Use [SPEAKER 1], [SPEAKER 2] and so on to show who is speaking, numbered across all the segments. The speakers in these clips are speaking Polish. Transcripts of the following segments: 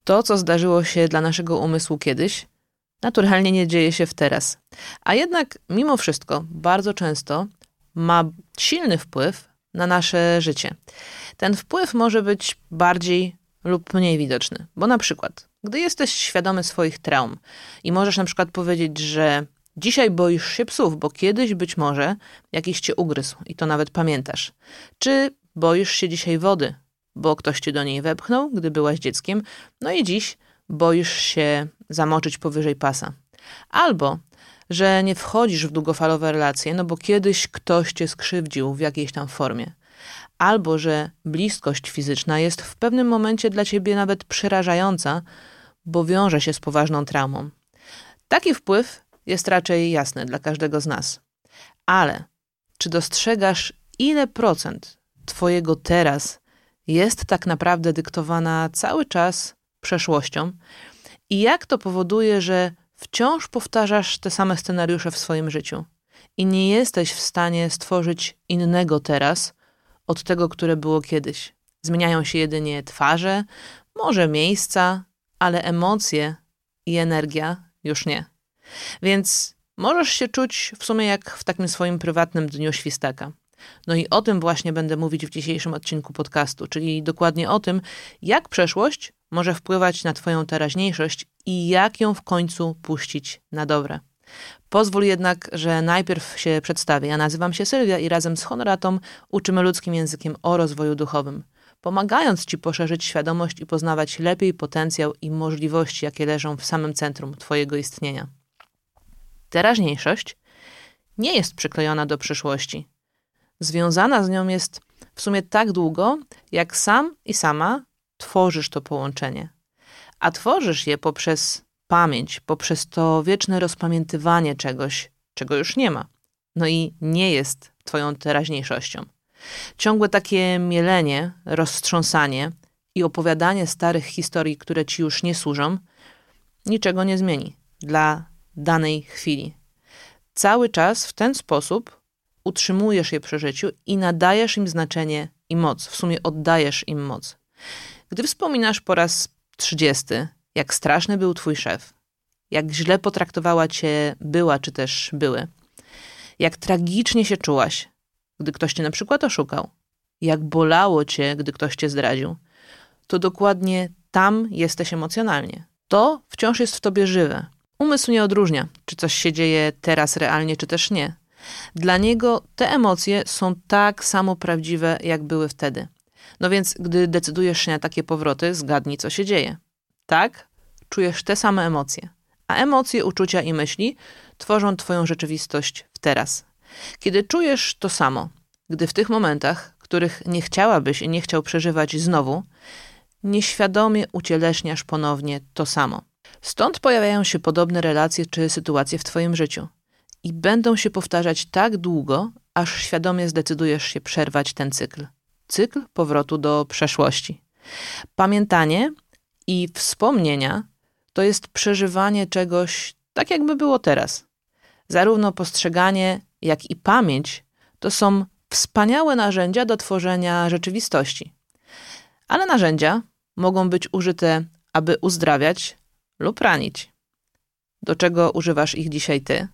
[SPEAKER 1] To, co zdarzyło się dla naszego umysłu kiedyś, naturalnie nie dzieje się w teraz. A jednak mimo wszystko bardzo często ma silny wpływ na nasze życie. Ten wpływ może być bardziej lub mniej widoczny, bo na przykład, gdy jesteś świadomy swoich traum i możesz na przykład powiedzieć, że dzisiaj boisz się psów, bo kiedyś być może jakiś cię ugryzł i to nawet pamiętasz. Czy boisz się dzisiaj wody, bo ktoś cię do niej wepchnął, gdy byłaś dzieckiem, no i dziś boisz się zamoczyć powyżej pasa. Albo, że nie wchodzisz w długofalowe relacje, no bo kiedyś ktoś cię skrzywdził w jakiejś tam formie. Albo, że bliskość fizyczna jest w pewnym momencie dla ciebie nawet przerażająca, bo wiąże się z poważną traumą. Taki wpływ jest raczej jasny dla każdego z nas. Ale czy dostrzegasz, ile procent twojego teraz jest tak naprawdę dyktowana cały czas przeszłością i jak to powoduje, że wciąż powtarzasz te same scenariusze w swoim życiu i nie jesteś w stanie stworzyć innego teraz od tego, które było kiedyś. Zmieniają się jedynie twarze, może miejsca, ale emocje i energia już nie. Więc możesz się czuć w sumie jak w takim swoim prywatnym dniu świstaka. No i o tym właśnie będę mówić w dzisiejszym odcinku podcastu, czyli dokładnie o tym, jak przeszłość może wpływać na twoją teraźniejszość i jak ją w końcu puścić na dobre. Pozwól jednak, że najpierw się przedstawię. Ja nazywam się Sylwia i razem z Honoratą uczymy ludzkim językiem o rozwoju duchowym, pomagając ci poszerzyć świadomość i poznawać lepiej potencjał i możliwości, jakie leżą w samym centrum twojego istnienia. Teraźniejszość nie jest przyklejona do przyszłości. Związana z nią jest w sumie tak długo, jak sam i sama tworzysz to połączenie. A tworzysz je poprzez pamięć, poprzez to wieczne rozpamiętywanie czegoś, czego już nie ma. No i nie jest twoją teraźniejszością. Ciągłe takie mielenie, roztrząsanie i opowiadanie starych historii, które ci już nie służą, niczego nie zmieni dla danej chwili. Cały czas w ten sposób utrzymujesz je przy życiu i nadajesz im znaczenie i moc. W sumie oddajesz im moc. Gdy wspominasz po raz 30, jak straszny był twój szef, jak źle potraktowała cię była czy też były, jak tragicznie się czułaś, gdy ktoś cię na przykład oszukał, jak bolało cię, gdy ktoś cię zdradził, to dokładnie tam jesteś emocjonalnie. To wciąż jest w tobie żywe. Umysł nie odróżnia, czy coś się dzieje teraz realnie, czy też nie. Dla niego te emocje są tak samo prawdziwe, jak były wtedy. No więc, gdy decydujesz się na takie powroty, zgadnij, co się dzieje. Tak? Czujesz te same emocje. A emocje, uczucia i myśli tworzą twoją rzeczywistość w teraz. Kiedy czujesz to samo, gdy w tych momentach, których nie chciałabyś i nie chciał przeżywać znowu, nieświadomie ucieleśniasz ponownie to samo. Stąd pojawiają się podobne relacje czy sytuacje w twoim życiu. I będą się powtarzać tak długo, aż świadomie zdecydujesz się przerwać ten cykl. Cykl powrotu do przeszłości. Pamiętanie i wspomnienia to jest przeżywanie czegoś tak, jakby było teraz. Zarówno postrzeganie, jak i pamięć to są wspaniałe narzędzia do tworzenia rzeczywistości. Ale narzędzia mogą być użyte, aby uzdrawiać lub ranić. Do czego używasz ich dzisiaj ty?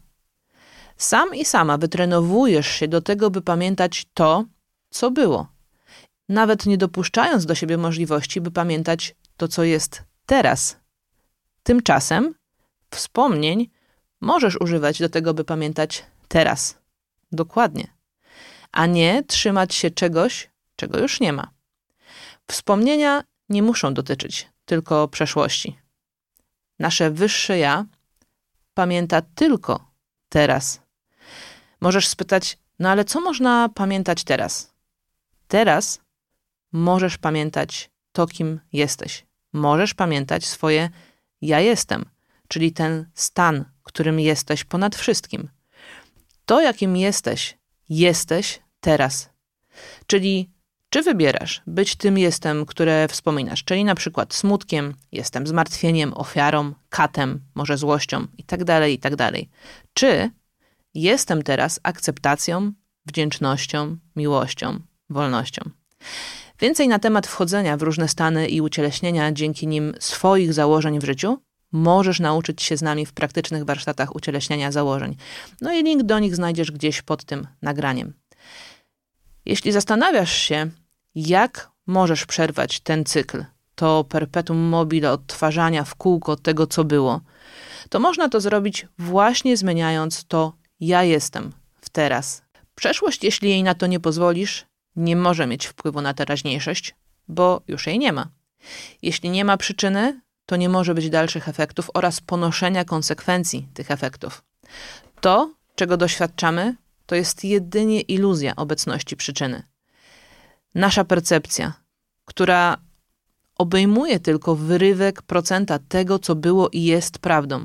[SPEAKER 1] Sam i sama wytrenowujesz się do tego, by pamiętać to, co było. Nawet nie dopuszczając do siebie możliwości, by pamiętać to, co jest teraz. Tymczasem wspomnień możesz używać do tego, by pamiętać teraz. Dokładnie. A nie trzymać się czegoś, czego już nie ma. Wspomnienia nie muszą dotyczyć tylko przeszłości. Nasze wyższe ja pamięta tylko teraz. Możesz spytać, no ale co można pamiętać teraz? Teraz możesz pamiętać to, kim jesteś. Możesz pamiętać swoje ja jestem, czyli ten stan, którym jesteś ponad wszystkim. To, jakim jesteś teraz. Czyli czy wybierasz być tym jestem, które wspominasz, czyli na przykład smutkiem, jestem zmartwieniem, ofiarą, katem, może złością itd., itd. Czy jestem teraz akceptacją, wdzięcznością, miłością, wolnością. Więcej na temat wchodzenia w różne stany i ucieleśnienia dzięki nim swoich założeń w życiu możesz nauczyć się z nami w praktycznych warsztatach ucieleśniania założeń. No i link do nich znajdziesz gdzieś pod tym nagraniem. Jeśli zastanawiasz się, jak możesz przerwać ten cykl, to perpetuum mobile odtwarzania w kółko tego, co było, to można to zrobić właśnie zmieniając to ja jestem w teraz. Przeszłość, jeśli jej na to nie pozwolisz, nie może mieć wpływu na teraźniejszość, bo już jej nie ma. Jeśli nie ma przyczyny, to nie może być dalszych efektów oraz ponoszenia konsekwencji tych efektów. To, czego doświadczamy, to jest jedynie iluzja obecności przyczyny. Nasza percepcja, która obejmuje tylko wyrywek procenta tego, co było i jest prawdą.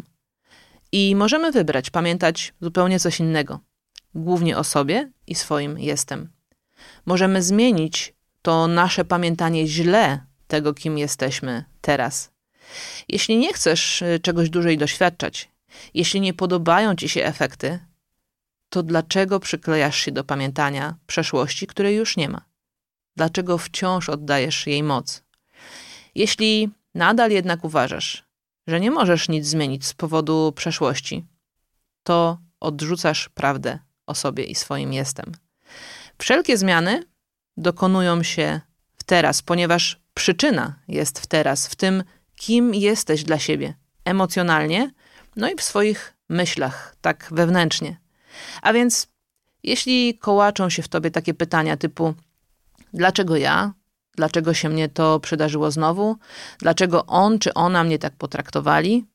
[SPEAKER 1] I możemy wybrać, pamiętać zupełnie coś innego. Głównie o sobie i swoim jestem. Możemy zmienić to nasze pamiętanie źle tego, kim jesteśmy teraz. Jeśli nie chcesz czegoś dłużej doświadczać, jeśli nie podobają ci się efekty, to dlaczego przyklejasz się do pamiętania przeszłości, której już nie ma? Dlaczego wciąż oddajesz jej moc? Jeśli nadal jednak uważasz, że nie możesz nic zmienić z powodu przeszłości, to odrzucasz prawdę o sobie i swoim jestem. Wszelkie zmiany dokonują się w teraz, ponieważ przyczyna jest w teraz, w tym, kim jesteś dla siebie emocjonalnie, no i w swoich myślach, tak wewnętrznie. A więc jeśli kołaczą się w tobie takie pytania typu dlaczego ja? Dlaczego się mnie to przydarzyło znowu? Dlaczego on czy ona mnie tak potraktowali?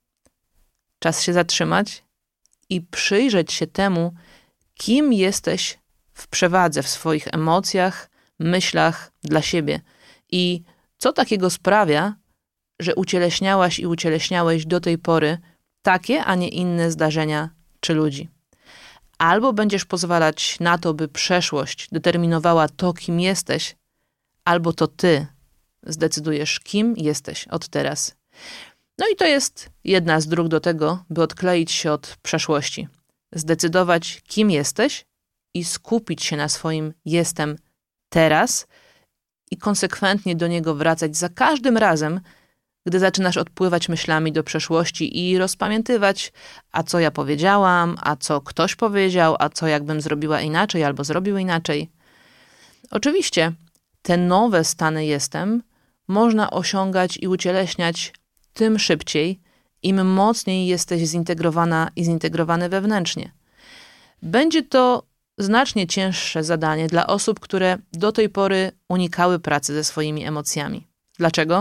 [SPEAKER 1] Czas się zatrzymać i przyjrzeć się temu, kim jesteś w przewadze w swoich emocjach, myślach dla siebie i co takiego sprawia, że ucieleśniałaś i ucieleśniałeś do tej pory takie, a nie inne zdarzenia czy ludzi. Albo będziesz pozwalać na to, by przeszłość determinowała to, kim jesteś, albo to ty zdecydujesz, kim jesteś od teraz. No i to jest jedna z dróg do tego, by odkleić się od przeszłości. Zdecydować, kim jesteś i skupić się na swoim jestem teraz i konsekwentnie do niego wracać za każdym razem, gdy zaczynasz odpływać myślami do przeszłości i rozpamiętywać, a co ja powiedziałam, a co ktoś powiedział, a co jakbym zrobiła inaczej albo zrobił inaczej. Oczywiście te nowe stany jestem można osiągać i ucieleśniać tym szybciej, im mocniej jesteś zintegrowana i zintegrowany wewnętrznie. Będzie to znacznie cięższe zadanie dla osób, które do tej pory unikały pracy ze swoimi emocjami. Dlaczego?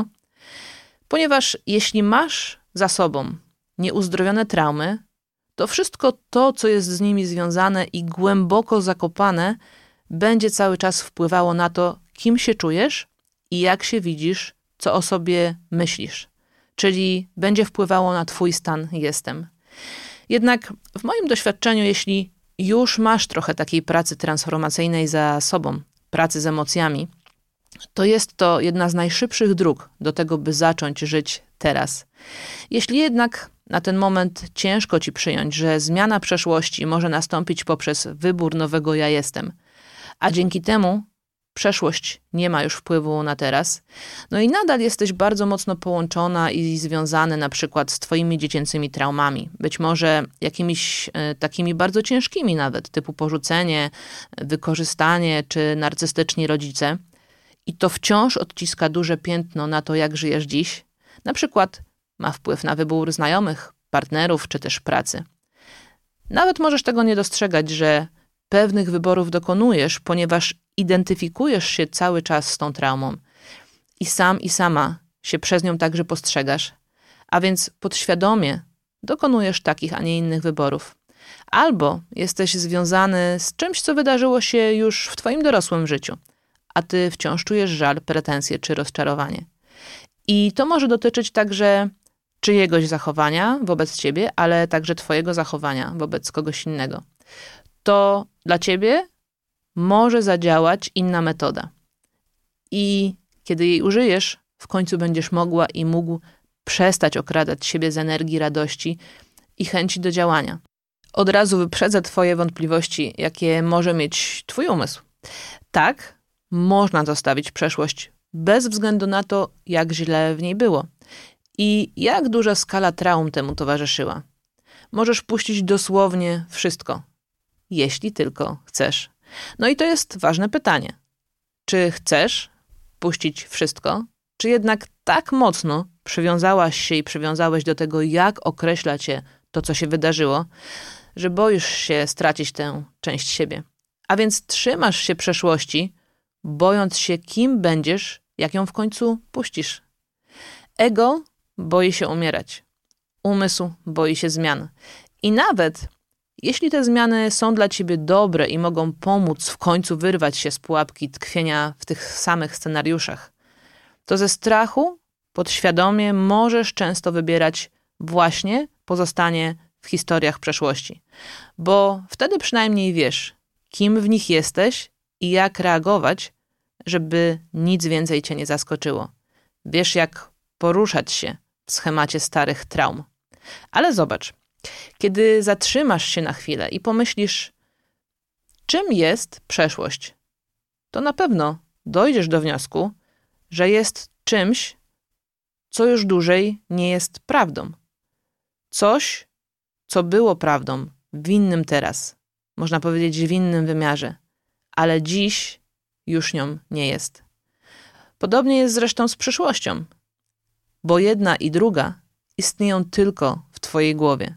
[SPEAKER 1] Ponieważ jeśli masz za sobą nieuzdrowione traumy, to wszystko to, co jest z nimi związane i głęboko zakopane, będzie cały czas wpływało na to, kim się czujesz i jak się widzisz, co o sobie myślisz. Czyli będzie wpływało na twój stan jestem. Jednak w moim doświadczeniu, jeśli już masz trochę takiej pracy transformacyjnej za sobą, pracy z emocjami, to jest to jedna z najszybszych dróg do tego, by zacząć żyć teraz. Jeśli jednak na ten moment ciężko ci przyjąć, że zmiana przeszłości może nastąpić poprzez wybór nowego ja jestem, a dzięki temu przeszłość nie ma już wpływu na teraz, no i nadal jesteś bardzo mocno połączona i związany na przykład z twoimi dziecięcymi traumami, być może jakimiś takimi bardzo ciężkimi nawet, typu porzucenie, wykorzystanie czy narcystyczni rodzice, i to wciąż odciska duże piętno na to, jak żyjesz dziś, na przykład ma wpływ na wybór znajomych, partnerów czy też pracy. Nawet możesz tego nie dostrzegać, że pewnych wyborów dokonujesz, ponieważ identyfikujesz się cały czas z tą traumą i sam i sama się przez nią także postrzegasz, a więc podświadomie dokonujesz takich, a nie innych wyborów. Albo jesteś związany z czymś, co wydarzyło się już w twoim dorosłym życiu, a ty wciąż czujesz żal, pretensje czy rozczarowanie. I to może dotyczyć także czyjegoś zachowania wobec ciebie, ale także twojego zachowania wobec kogoś innego. To dla ciebie może zadziałać inna metoda. I kiedy jej użyjesz, w końcu będziesz mogła i mógł przestać okradać siebie z energii, radości i chęci do działania. Od razu wyprzedzę twoje wątpliwości, jakie może mieć twój umysł. Tak, można zostawić przeszłość bez względu na to, jak źle w niej było i jak duża skala traum temu towarzyszyła. Możesz puścić dosłownie wszystko, jeśli tylko chcesz. No i to jest ważne pytanie. Czy chcesz puścić wszystko, czy jednak tak mocno przywiązałaś się i przywiązałeś do tego, jak określa cię to, co się wydarzyło, że boisz się stracić tę część siebie. A więc trzymasz się przeszłości, bojąc się, kim będziesz, jak ją w końcu puścisz. Ego boi się umierać. Umysł boi się zmian. I nawet jeśli te zmiany są dla ciebie dobre i mogą pomóc w końcu wyrwać się z pułapki tkwienia w tych samych scenariuszach, to ze strachu podświadomie możesz często wybierać właśnie pozostanie w historiach przeszłości. Bo wtedy przynajmniej wiesz, kim w nich jesteś i jak reagować, żeby nic więcej cię nie zaskoczyło. Wiesz, jak poruszać się w schemacie starych traum. Ale zobacz, kiedy zatrzymasz się na chwilę i pomyślisz, czym jest przeszłość, to na pewno dojdziesz do wniosku, że jest czymś, co już dłużej nie jest prawdą. Coś, co było prawdą w innym teraz, można powiedzieć w innym wymiarze, ale dziś już nią nie jest. Podobnie jest zresztą z przyszłością, bo jedna i druga istnieją tylko w twojej głowie.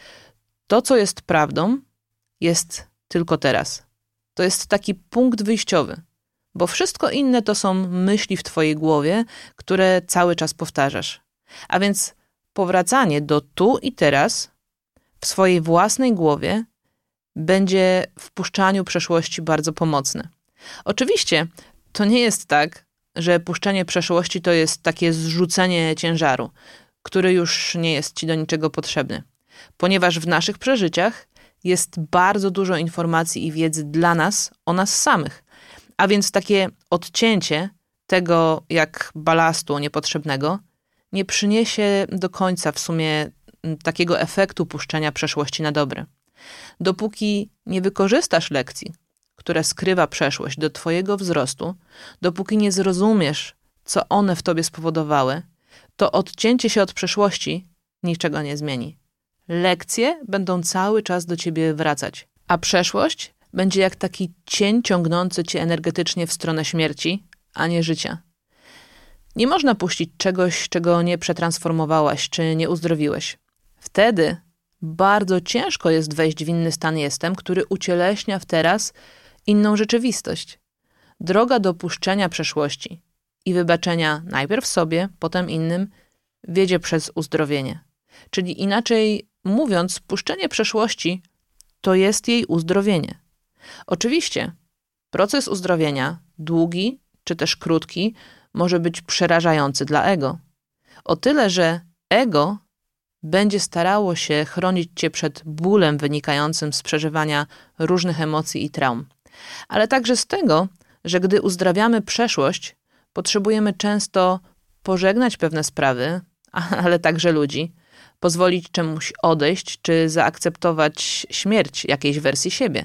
[SPEAKER 1] To, co jest prawdą, jest tylko teraz. To jest taki punkt wyjściowy, bo wszystko inne to są myśli w twojej głowie, które cały czas powtarzasz. A więc powracanie do tu i teraz w swojej własnej głowie będzie w puszczaniu przeszłości bardzo pomocne. Oczywiście to nie jest tak, że puszczenie przeszłości to jest takie zrzucenie ciężaru, który już nie jest ci do niczego potrzebny. Ponieważ w naszych przeżyciach jest bardzo dużo informacji i wiedzy dla nas o nas samych. A więc takie odcięcie tego jak balastu niepotrzebnego nie przyniesie do końca w sumie takiego efektu puszczenia przeszłości na dobre. Dopóki nie wykorzystasz lekcji, które skrywa przeszłość do twojego wzrostu, dopóki nie zrozumiesz, co one w tobie spowodowały, to odcięcie się od przeszłości niczego nie zmieni. Lekcje będą cały czas do ciebie wracać, a przeszłość będzie jak taki cień ciągnący cię energetycznie w stronę śmierci, a nie życia. Nie można puścić czegoś, czego nie przetransformowałaś czy nie uzdrowiłeś. Wtedy bardzo ciężko jest wejść w inny stan jestem, który ucieleśnia w teraz inną rzeczywistość. Droga do puszczenia przeszłości i wybaczenia najpierw sobie, potem innym, wiedzie przez uzdrowienie. Czyli inaczej mówiąc, puszczenie przeszłości to jest jej uzdrowienie. Oczywiście proces uzdrowienia, długi czy też krótki, może być przerażający dla ego. O tyle, że ego będzie starało się chronić cię przed bólem wynikającym z przeżywania różnych emocji i traum. Ale także z tego, że gdy uzdrawiamy przeszłość, potrzebujemy często pożegnać pewne sprawy, ale także ludzi, pozwolić czemuś odejść czy zaakceptować śmierć jakiejś wersji siebie.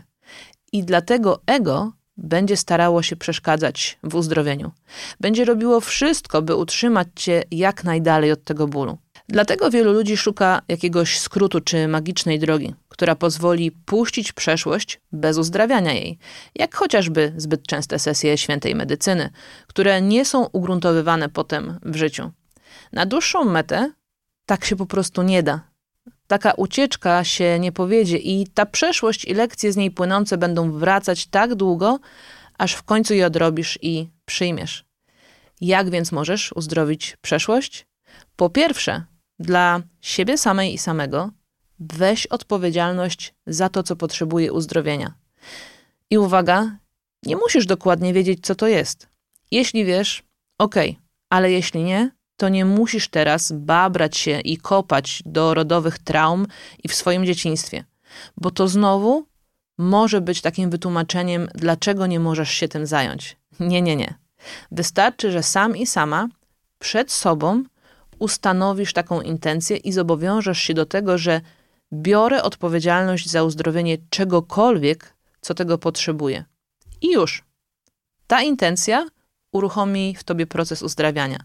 [SPEAKER 1] I dlatego ego będzie starało się przeszkadzać w uzdrowieniu. Będzie robiło wszystko, by utrzymać cię jak najdalej od tego bólu. Dlatego wielu ludzi szuka jakiegoś skrótu czy magicznej drogi, która pozwoli puścić przeszłość bez uzdrawiania jej, jak chociażby zbyt częste sesje świętej medycyny, które nie są ugruntowywane potem w życiu. Na dłuższą metę tak się po prostu nie da. Taka ucieczka się nie powiedzie i ta przeszłość i lekcje z niej płynące będą wracać tak długo, aż w końcu je odrobisz i przyjmiesz. Jak więc możesz uzdrowić przeszłość? Po pierwsze, dla siebie samej i samego weź odpowiedzialność za to, co potrzebuje uzdrowienia. I uwaga, nie musisz dokładnie wiedzieć, co to jest. Jeśli wiesz, okej, ale jeśli nie, to nie musisz teraz babrać się i kopać do rodowych traum i w swoim dzieciństwie, bo to znowu może być takim wytłumaczeniem, dlaczego nie możesz się tym zająć. Nie. Wystarczy, że sam i sama przed sobą ustanowisz taką intencję i zobowiążesz się do tego, że biorę odpowiedzialność za uzdrowienie czegokolwiek, co tego potrzebuje. I już. Ta intencja uruchomi w tobie proces uzdrawiania.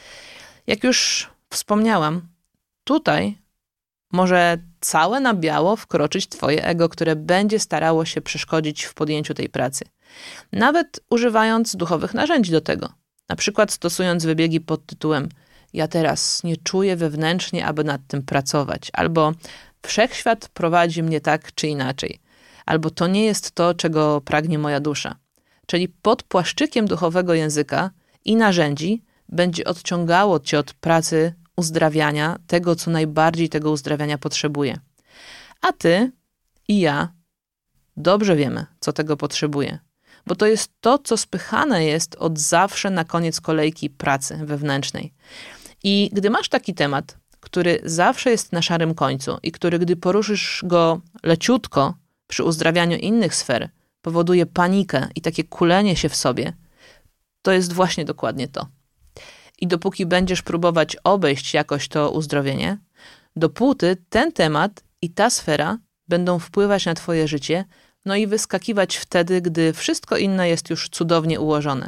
[SPEAKER 1] Jak już wspomniałam, tutaj może całe na biało wkroczyć twoje ego, które będzie starało się przeszkodzić w podjęciu tej pracy. Nawet używając duchowych narzędzi do tego. Na przykład stosując wybiegi pod tytułem ja teraz nie czuję wewnętrznie, aby nad tym pracować. Albo wszechświat prowadzi mnie tak czy inaczej. Albo to nie jest to, czego pragnie moja dusza. Czyli pod płaszczykiem duchowego języka i narzędzi będzie odciągało cię od pracy uzdrawiania, tego, co najbardziej tego uzdrawiania potrzebuje. A ty i ja dobrze wiemy, co tego potrzebuje. Bo to jest to, co spychane jest od zawsze na koniec kolejki pracy wewnętrznej. I gdy masz taki temat, który zawsze jest na szarym końcu i który, gdy poruszysz go leciutko przy uzdrawianiu innych sfer, powoduje panikę i takie kulenie się w sobie, to jest właśnie dokładnie to. I dopóki będziesz próbować obejść jakoś to uzdrowienie, dopóty ten temat i ta sfera będą wpływać na twoje życie, no i wyskakiwać wtedy, gdy wszystko inne jest już cudownie ułożone.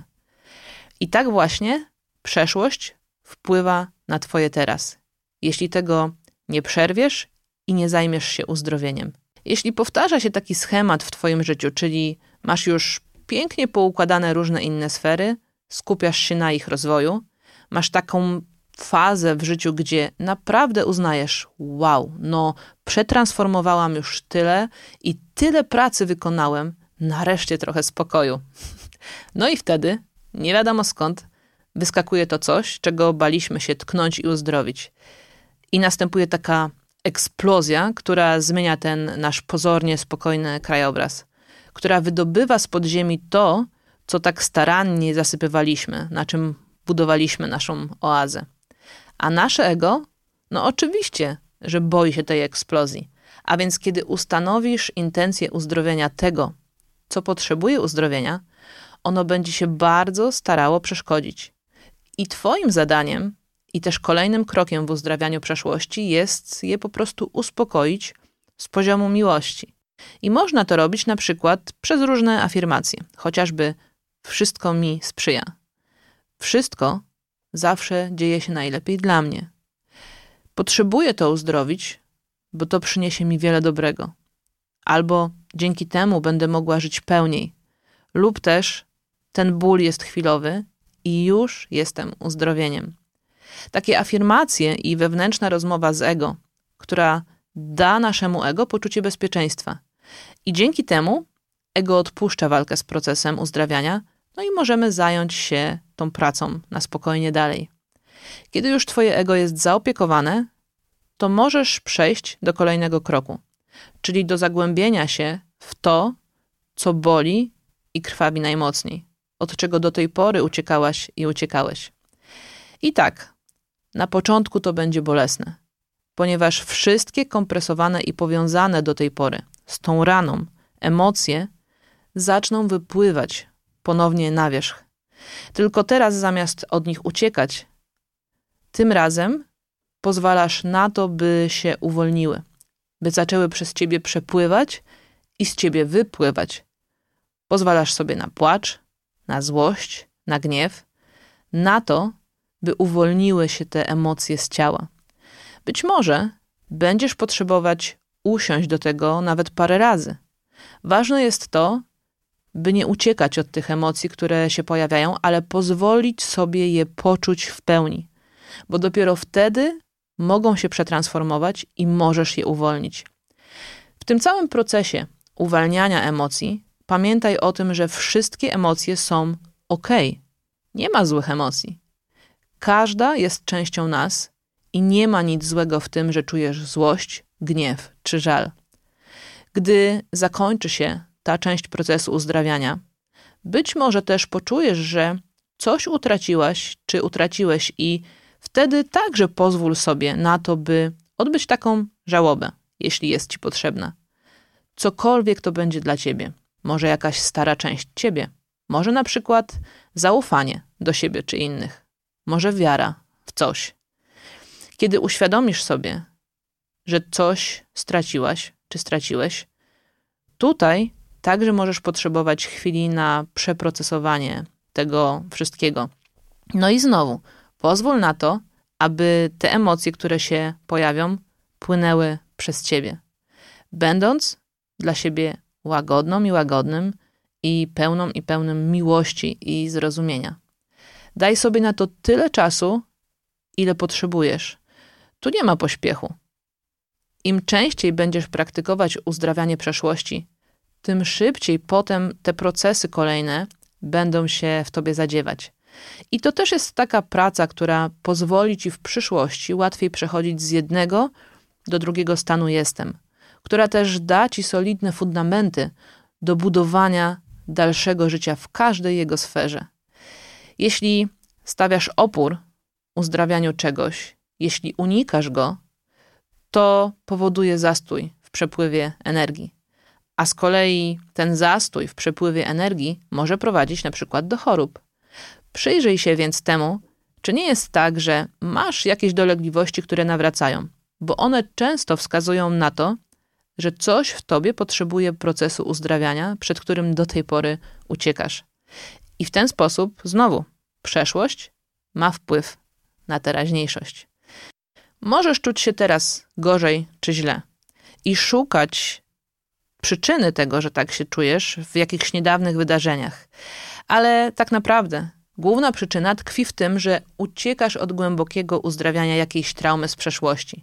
[SPEAKER 1] I tak właśnie przeszłość wpływa na twoje teraz, jeśli tego nie przerwiesz i nie zajmiesz się uzdrowieniem. Jeśli powtarza się taki schemat w twoim życiu, czyli masz już pięknie poukładane różne inne sfery, skupiasz się na ich rozwoju, masz taką fazę w życiu, gdzie naprawdę uznajesz, wow, no przetransformowałam już tyle i tyle pracy wykonałem, nareszcie trochę spokoju. No i wtedy, nie wiadomo skąd, wyskakuje to coś, czego baliśmy się tknąć i uzdrowić. I następuje taka eksplozja, która zmienia ten nasz pozornie spokojny krajobraz, która wydobywa spod ziemi to, co tak starannie zasypywaliśmy, na czym budowaliśmy naszą oazę. A nasze ego, no oczywiście, że boi się tej eksplozji. A więc kiedy ustanowisz intencję uzdrowienia tego, co potrzebuje uzdrowienia, ono będzie się bardzo starało przeszkodzić. I twoim zadaniem i też kolejnym krokiem w uzdrawianiu przeszłości jest je po prostu uspokoić z poziomu miłości. I można to robić na przykład przez różne afirmacje, chociażby wszystko mi sprzyja. Wszystko zawsze dzieje się najlepiej dla mnie. Potrzebuję to uzdrowić, bo to przyniesie mi wiele dobrego. Albo dzięki temu będę mogła żyć pełniej. Lub też ten ból jest chwilowy i już jestem uzdrowieniem. Takie afirmacje i wewnętrzna rozmowa z ego, która da naszemu ego poczucie bezpieczeństwa. I dzięki temu ego odpuszcza walkę z procesem uzdrawiania, no i możemy zająć się tą pracą na spokojnie dalej. Kiedy już twoje ego jest zaopiekowane, to możesz przejść do kolejnego kroku, czyli do zagłębienia się w to, co boli i krwawi najmocniej, od czego do tej pory uciekałaś i uciekałeś. I tak, na początku to będzie bolesne, ponieważ wszystkie kompresowane i powiązane do tej pory z tą raną emocje zaczną wypływać ponownie na wierzch. Tylko teraz zamiast od nich uciekać, tym razem pozwalasz na to, by się uwolniły, by zaczęły przez ciebie przepływać i z ciebie wypływać. Pozwalasz sobie na płacz, na złość, na gniew, na to, by uwolniły się te emocje z ciała. Być może będziesz potrzebować usiąść do tego nawet parę razy. Ważne jest to, by nie uciekać od tych emocji, które się pojawiają, ale pozwolić sobie je poczuć w pełni, bo dopiero wtedy mogą się przetransformować i możesz je uwolnić. W tym całym procesie uwalniania emocji pamiętaj o tym, że wszystkie emocje są okej. Nie ma złych emocji. Każda jest częścią nas i nie ma nic złego w tym, że czujesz złość, gniew czy żal. Gdy zakończy się ta część procesu uzdrawiania, być może też poczujesz, że coś utraciłaś czy utraciłeś i wtedy także pozwól sobie na to, by odbyć taką żałobę, jeśli jest ci potrzebna. Cokolwiek to będzie dla ciebie. Może jakaś stara część ciebie. Może na przykład zaufanie do siebie czy innych. Może wiara w coś. Kiedy uświadomisz sobie, że coś straciłaś czy straciłeś, tutaj także możesz potrzebować chwili na przeprocesowanie tego wszystkiego. No i znowu, pozwól na to, aby te emocje, które się pojawią, płynęły przez ciebie. Będąc dla siebie łagodną i łagodnym i pełnym miłości i zrozumienia. Daj sobie na to tyle czasu, ile potrzebujesz. Tu nie ma pośpiechu. Im częściej będziesz praktykować uzdrawianie przeszłości, tym szybciej potem te procesy kolejne będą się w tobie zadziewać. I to też jest taka praca, która pozwoli ci w przyszłości łatwiej przechodzić z jednego do drugiego stanu jestem, która też da ci solidne fundamenty do budowania dalszego życia w każdej jego sferze. Jeśli stawiasz opór uzdrawianiu czegoś, jeśli unikasz go, to powoduje zastój w przepływie energii. A z kolei ten zastój w przepływie energii może prowadzić na przykład do chorób. Przyjrzyj się więc temu, czy nie jest tak, że masz jakieś dolegliwości, które nawracają, bo one często wskazują na to, że coś w tobie potrzebuje procesu uzdrawiania, przed którym do tej pory uciekasz. I w ten sposób, znowu, przeszłość ma wpływ na teraźniejszość. Możesz czuć się teraz gorzej czy źle i szukać przyczyny tego, że tak się czujesz w jakichś niedawnych wydarzeniach. Ale tak naprawdę główna przyczyna tkwi w tym, że uciekasz od głębokiego uzdrawiania jakiejś traumy z przeszłości.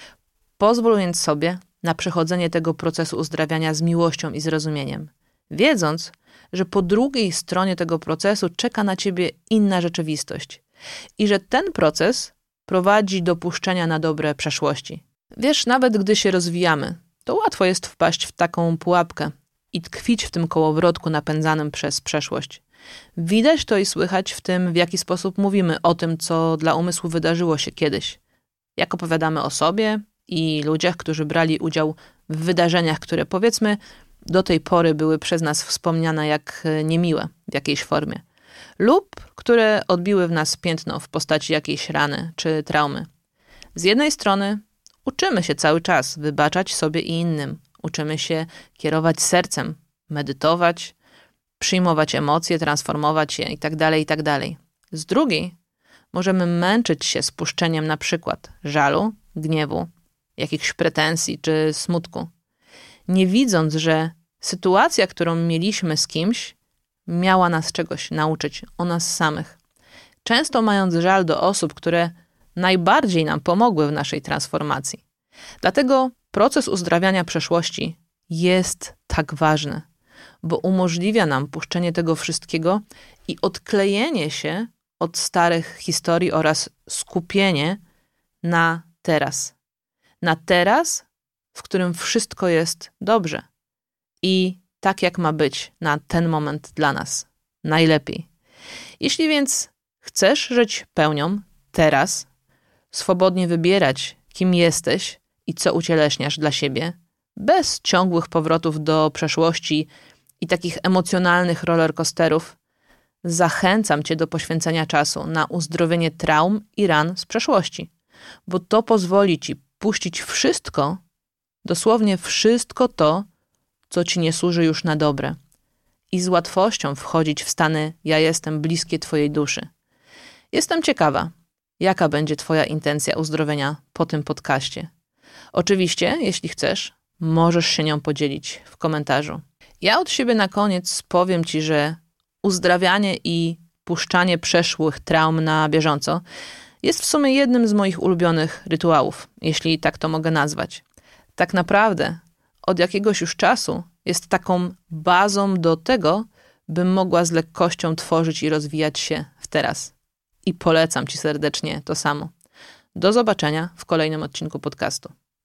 [SPEAKER 1] Pozwól więc sobie na przechodzenie tego procesu uzdrawiania z miłością i zrozumieniem, wiedząc, że po drugiej stronie tego procesu czeka na ciebie inna rzeczywistość i że ten proces prowadzi do puszczenia na dobre przeszłości. Wiesz, nawet gdy się rozwijamy, to łatwo jest wpaść w taką pułapkę i tkwić w tym kołowrotku napędzanym przez przeszłość. Widać to i słychać w tym, w jaki sposób mówimy o tym, co dla umysłu wydarzyło się kiedyś. Jak opowiadamy o sobie i ludziach, którzy brali udział w wydarzeniach, które powiedzmy do tej pory były przez nas wspomniane jak niemiłe w jakiejś formie. Lub które odbiły w nas piętno w postaci jakiejś rany czy traumy. Z jednej strony uczymy się cały czas wybaczać sobie i innym. Uczymy się kierować sercem, medytować, przyjmować emocje, transformować je itd., itd. Z drugiej możemy męczyć się spuszczeniem na przykład żalu, gniewu, jakichś pretensji czy smutku. Nie widząc, że sytuacja, którą mieliśmy z kimś, miała nas czegoś nauczyć o nas samych. Często mając żal do osób, które najbardziej nam pomogły w naszej transformacji. Dlatego proces uzdrawiania przeszłości jest tak ważny, bo umożliwia nam puszczenie tego wszystkiego i odklejenie się od starych historii oraz skupienie na teraz. Na teraz, w którym wszystko jest dobrze i tak, jak ma być na ten moment dla nas. Najlepiej. Jeśli więc chcesz żyć pełnią teraz, swobodnie wybierać, kim jesteś i co ucieleśniasz dla siebie, bez ciągłych powrotów do przeszłości i takich emocjonalnych rollercoasterów, zachęcam cię do poświęcenia czasu na uzdrowienie traum i ran z przeszłości, bo to pozwoli ci puścić wszystko, dosłownie wszystko to, co ci nie służy już na dobre i z łatwością wchodzić w stany ja jestem bliskie twojej duszy. Jestem ciekawa, jaka będzie twoja intencja uzdrowienia po tym podcaście. Oczywiście, jeśli chcesz, możesz się nią podzielić w komentarzu. Ja od siebie na koniec powiem ci, że uzdrawianie i puszczanie przeszłych traum na bieżąco jest w sumie jednym z moich ulubionych rytuałów, jeśli tak to mogę nazwać. Tak naprawdę od jakiegoś już czasu jest taką bazą do tego, bym mogła z lekkością tworzyć i rozwijać się w teraz. I polecam ci serdecznie to samo. Do zobaczenia w kolejnym odcinku podcastu.